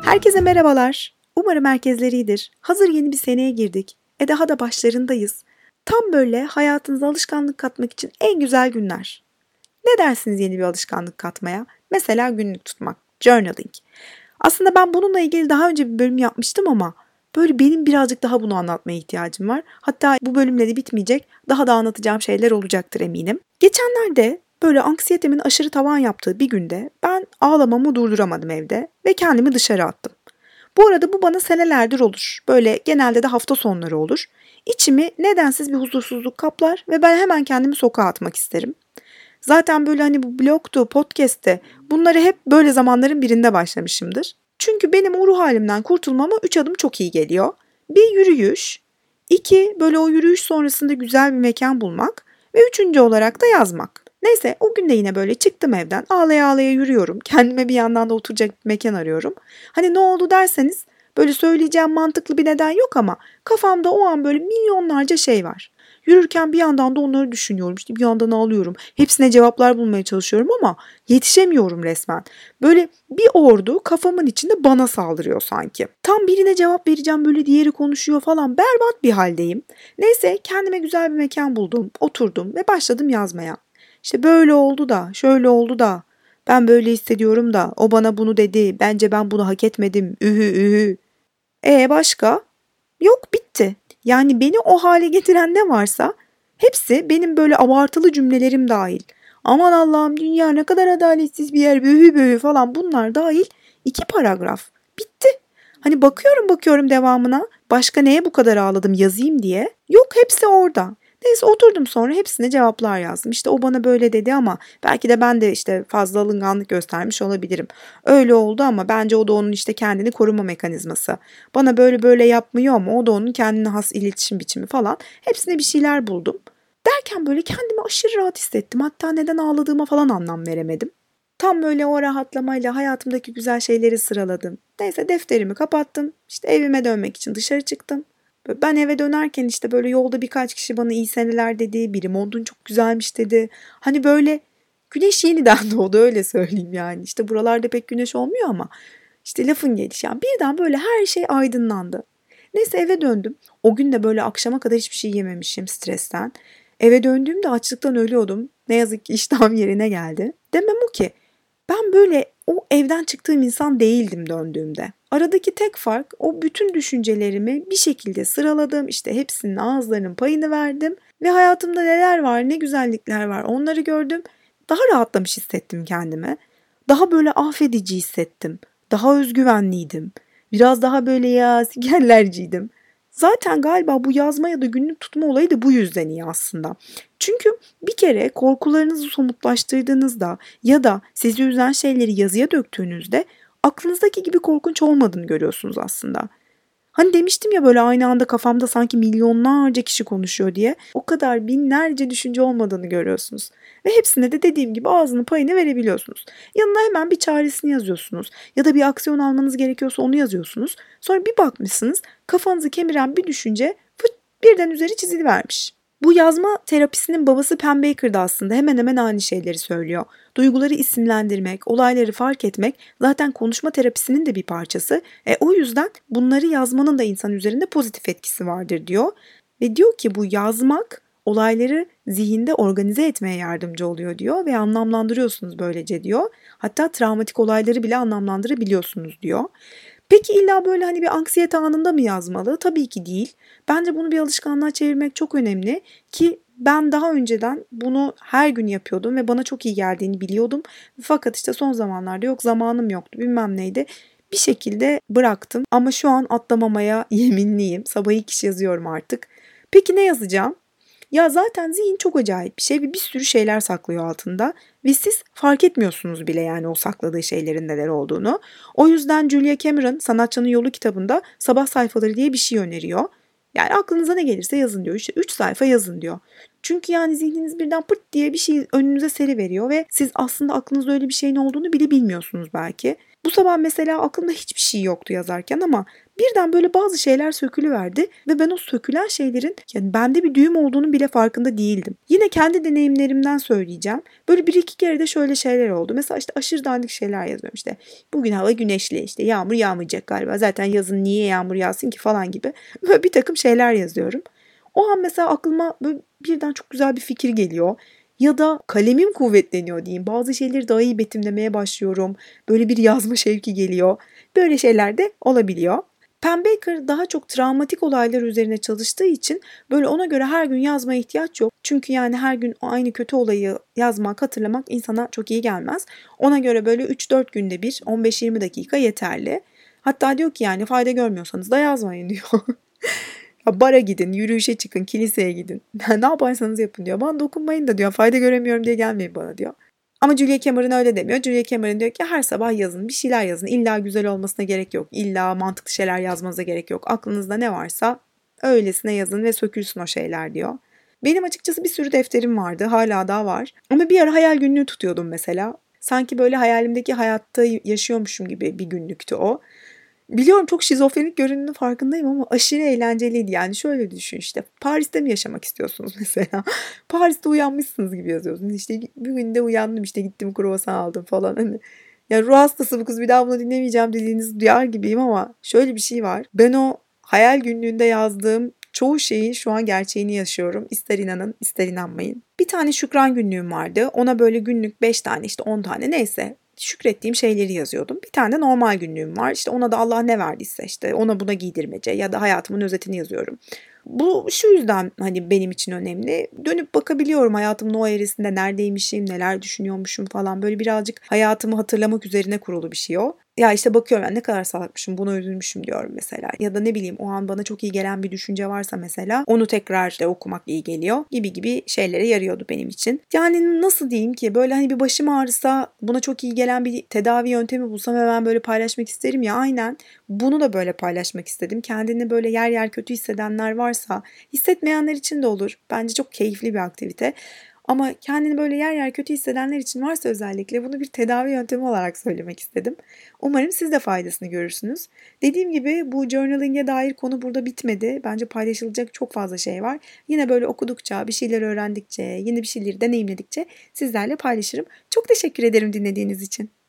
Herkese merhabalar. Umarım herkesler iyidir. Hazır yeni bir seneye girdik. Daha da başlarındayız. Tam böyle hayatınıza alışkanlık katmak için en güzel günler. Ne dersiniz yeni bir alışkanlık katmaya? Mesela günlük tutmak, journaling. Aslında ben bununla ilgili daha önce bir bölüm yapmıştım ama böyle benim birazcık daha bunu anlatmaya ihtiyacım var. Hatta bu bölümle de bitmeyecek, daha da anlatacağım şeyler olacaktır eminim. Geçenlerde böyle anksiyetemin aşırı tavan yaptığı bir günde ben ağlamamı durduramadım evde ve kendimi dışarı attım. Bu arada bu bana senelerdir olur. Böyle genelde de hafta sonları olur. İçimi nedensiz bir huzursuzluk kaplar ve ben hemen kendimi sokağa atmak isterim. Zaten böyle hani bu blogtu, podcast'te bunları hep böyle zamanların birinde başlamışımdır. Çünkü benim o ruh halimden kurtulmama 3 adım çok iyi geliyor. Bir yürüyüş, 2 böyle o yürüyüş sonrasında güzel bir mekan bulmak ve 3. olarak da yazmak. Neyse o gün de yine böyle çıktım evden ağlaya ağlaya yürüyorum. Kendime bir yandan da oturacak bir mekan arıyorum. Hani ne oldu derseniz böyle söyleyeceğim mantıklı bir neden yok ama kafamda o an böyle milyonlarca şey var. Yürürken bir yandan da onları düşünüyorum. İşte bir yandan ağlıyorum. Hepsine cevaplar bulmaya çalışıyorum ama yetişemiyorum resmen. Böyle bir ordu kafamın içinde bana saldırıyor sanki. Tam birine cevap vereceğim böyle diğeri konuşuyor falan. Berbat bir haldeyim. Neyse kendime güzel bir mekan buldum. Oturdum ve başladım yazmaya. İşte böyle oldu da, şöyle oldu da. Ben böyle hissediyorum da, o bana bunu dedi. Bence ben bunu hak etmedim. Ühü ühü. Başka? Yok bitti. Yani beni o hale getiren ne varsa hepsi benim böyle abartılı cümlelerim dahil. Aman Allah'ım dünya ne kadar adaletsiz bir yer böhü böhü falan bunlar dahil 2 paragraf. Bitti. Hani bakıyorum devamına başka neye bu kadar ağladım yazayım diye. Yok hepsi orada. Neyse oturdum sonra hepsine cevaplar yazdım. İşte o bana böyle dedi ama belki de ben de işte fazla alınganlık göstermiş olabilirim. Öyle oldu ama bence o da onun işte kendini koruma mekanizması. Bana böyle yapmıyor ama o da onun kendine has iletişim biçimi falan. Hepsine bir şeyler buldum. Derken böyle kendimi aşırı rahat hissettim. Hatta neden ağladığıma falan anlam veremedim. Tam böyle o rahatlamayla hayatımdaki güzel şeyleri sıraladım. Neyse defterimi kapattım. İşte evime dönmek için dışarı çıktım. Ben eve dönerken işte böyle yolda birkaç kişi bana iyi seneler dedi. Biri montun çok güzelmiş dedi. Hani böyle güneş yeniden doğdu öyle söyleyeyim yani. İşte buralarda pek güneş olmuyor ama işte lafın gelişi. Yani birden böyle her şey aydınlandı. Neyse eve döndüm. O gün de böyle akşama kadar hiçbir şey yememişim stresten. Eve döndüğümde açlıktan ölüyordum. Ne yazık ki iştahım yerine geldi. Demem o ki ben böyle o evden çıktığım insan değildim döndüğümde. Aradaki tek fark o bütün düşüncelerimi bir şekilde sıraladım. İşte hepsinin ağızlarının payını verdim. Ve hayatımda neler var, ne güzellikler var onları gördüm. Daha rahatlamış hissettim kendime. Daha böyle affedici hissettim. Daha özgüvenliydim. Biraz daha böyle ya sikerlerciydim. Zaten galiba bu yazma ya da günlük tutma olayı da bu yüzden iyi aslında. Çünkü bir kere korkularınızı somutlaştırdığınızda ya da sizi üzen şeyleri yazıya döktüğünüzde aklınızdaki gibi korkunç olmadığını görüyorsunuz aslında. Hani demiştim ya böyle aynı anda kafamda sanki milyonlarca kişi konuşuyor diye. O kadar binlerce düşünce olmadığını görüyorsunuz. Ve hepsine de dediğim gibi ağzının payını verebiliyorsunuz. Yanına hemen bir çaresini yazıyorsunuz. Ya da bir aksiyon almanız gerekiyorsa onu yazıyorsunuz. Sonra bir bakmışsınız kafanızı kemiren bir düşünce fıt birden üzeri çizilivermiş. Bu yazma terapisinin babası Pam Baker da aslında hemen hemen aynı şeyleri söylüyor. Duyguları isimlendirmek, olayları fark etmek zaten konuşma terapisinin de bir parçası. O yüzden bunları yazmanın da insan üzerinde pozitif etkisi vardır diyor. Ve diyor ki bu yazmak olayları zihinde organize etmeye yardımcı oluyor diyor ve anlamlandırıyorsunuz böylece diyor. Hatta travmatik olayları bile anlamlandırabiliyorsunuz diyor. Peki illa böyle hani bir anksiyete anında mı yazmalı? Tabii ki değil. Bence bunu bir alışkanlığa çevirmek çok önemli ki ben daha önceden bunu her gün yapıyordum ve bana çok iyi geldiğini biliyordum. Fakat işte son zamanlarda yok zamanım yoktu bilmem neydi. Bir şekilde bıraktım ama şu an atlamamaya yeminliyim. Sabah ilk iş yazıyorum artık. Peki ne yazacağım? Ya zaten zihin çok acayip bir şey ve bir sürü şeyler saklıyor altında ve siz fark etmiyorsunuz bile yani o sakladığı şeylerin neler olduğunu. O yüzden Julia Cameron Sanatçının Yolu kitabında sabah sayfaları diye bir şey öneriyor. Yani aklınıza ne gelirse yazın diyor. İşte 3 sayfa yazın diyor. Çünkü yani zihniniz birden pırt diye bir şey önünüze seriveriyor ve siz aslında aklınızda öyle bir şeyin olduğunu bile bilmiyorsunuz belki. Bu sabah mesela aklımda hiçbir şey yoktu yazarken ama birden böyle bazı şeyler sökülüverdi ve ben o sökülen şeylerin yani bende bir düğüm olduğunu bile farkında değildim. Yine kendi deneyimlerimden söyleyeceğim. Böyle bir iki kere de şöyle şeyler oldu. Mesela işte aşırı dandik şeyler yazıyorum işte. Bugün hava güneşli, işte yağmur yağmayacak galiba. Zaten yazın niye yağmur yağsın ki falan gibi. Böyle bir takım şeyler yazıyorum. O an mesela aklıma böyle birden çok güzel bir fikir geliyor. Ya da kalemim kuvvetleniyor diyeyim. Bazı şeyleri daha iyi betimlemeye başlıyorum. Böyle bir yazma şevki geliyor. Böyle şeyler de olabiliyor. Pam Baker daha çok travmatik olaylar üzerine çalıştığı için böyle ona göre her gün yazmaya ihtiyaç yok. Çünkü yani her gün aynı kötü olayı yazmak, hatırlamak insana çok iyi gelmez. Ona göre böyle 3-4 günde bir 15-20 dakika yeterli. Hatta diyor ki yani fayda görmüyorsanız da yazmayın diyor. Ya bara gidin, yürüyüşe çıkın, kiliseye gidin. Ne yaparsanız yapın diyor. Bana dokunmayın da diyor. Fayda göremiyorum diye gelmeyin bana diyor. Ama Julia Cameron öyle demiyor. Julia Cameron diyor ki her sabah yazın, bir şeyler yazın. İlla güzel olmasına gerek yok. İlla mantıklı şeyler yazmanıza gerek yok. Aklınızda ne varsa öylesine yazın ve sökülsün o şeyler diyor. Benim açıkçası bir sürü defterim vardı. Hala daha var. Ama bir ara hayal günlüğü tutuyordum mesela. Sanki böyle hayalimdeki hayatta yaşıyormuşum gibi bir günlüktü o. Biliyorum çok şizofrenik göründüğünün farkındayım ama aşırı eğlenceliydi. Yani şöyle düşün işte Paris'te mi yaşamak istiyorsunuz mesela? Paris'te uyanmışsınız gibi yazıyorsunuz. İşte bir günde uyandım işte gittim kruvasan aldım falan. Hani ya ruh hastası bu kız bir daha bunu dinlemeyeceğim dediğinizi duyar gibiyim ama şöyle bir şey var. Ben o hayal günlüğünde yazdığım çoğu şeyin şu an gerçeğini yaşıyorum. İster inanın ister inanmayın. Bir tane şükran günlüğüm vardı. Ona böyle günlük 5 tane işte 10 tane neyse şükrettiğim şeyleri yazıyordum. Bir tane de normal günlüğüm var. İşte ona da Allah ne verdiyse işte ona buna giydirmece ya da hayatımın özetini yazıyorum. Bu şu yüzden hani benim için önemli. Dönüp bakabiliyorum hayatımın o evresinde neredeymişim, neler düşünüyormuşum falan. Böyle birazcık hayatımı hatırlamak üzerine kurulu bir şey o. Ya işte bakıyorum ben ne kadar salakmışım, buna üzülmüşüm diyorum mesela. Ya da ne bileyim o an bana çok iyi gelen bir düşünce varsa mesela onu tekrar da okumak iyi geliyor gibi gibi şeylere yarıyordu benim için. Yani nasıl diyeyim ki böyle hani bir başım ağrısa buna çok iyi gelen bir tedavi yöntemi bulsam hemen böyle paylaşmak isterim ya aynen. Bunu da böyle paylaşmak istedim. Kendini böyle yer yer kötü hissedenler varsa, hissetmeyenler için de olur. Bence çok keyifli bir aktivite. Ama kendini böyle yer yer kötü hissedenler için varsa özellikle bunu bir tedavi yöntemi olarak söylemek istedim. Umarım siz de faydasını görürsünüz. Dediğim gibi bu journaling'e dair konu burada bitmedi. Bence paylaşılacak çok fazla şey var. Yine böyle okudukça, bir şeyler öğrendikçe, yeni bir şeyleri deneyimledikçe sizlerle paylaşırım. Çok teşekkür ederim dinlediğiniz için.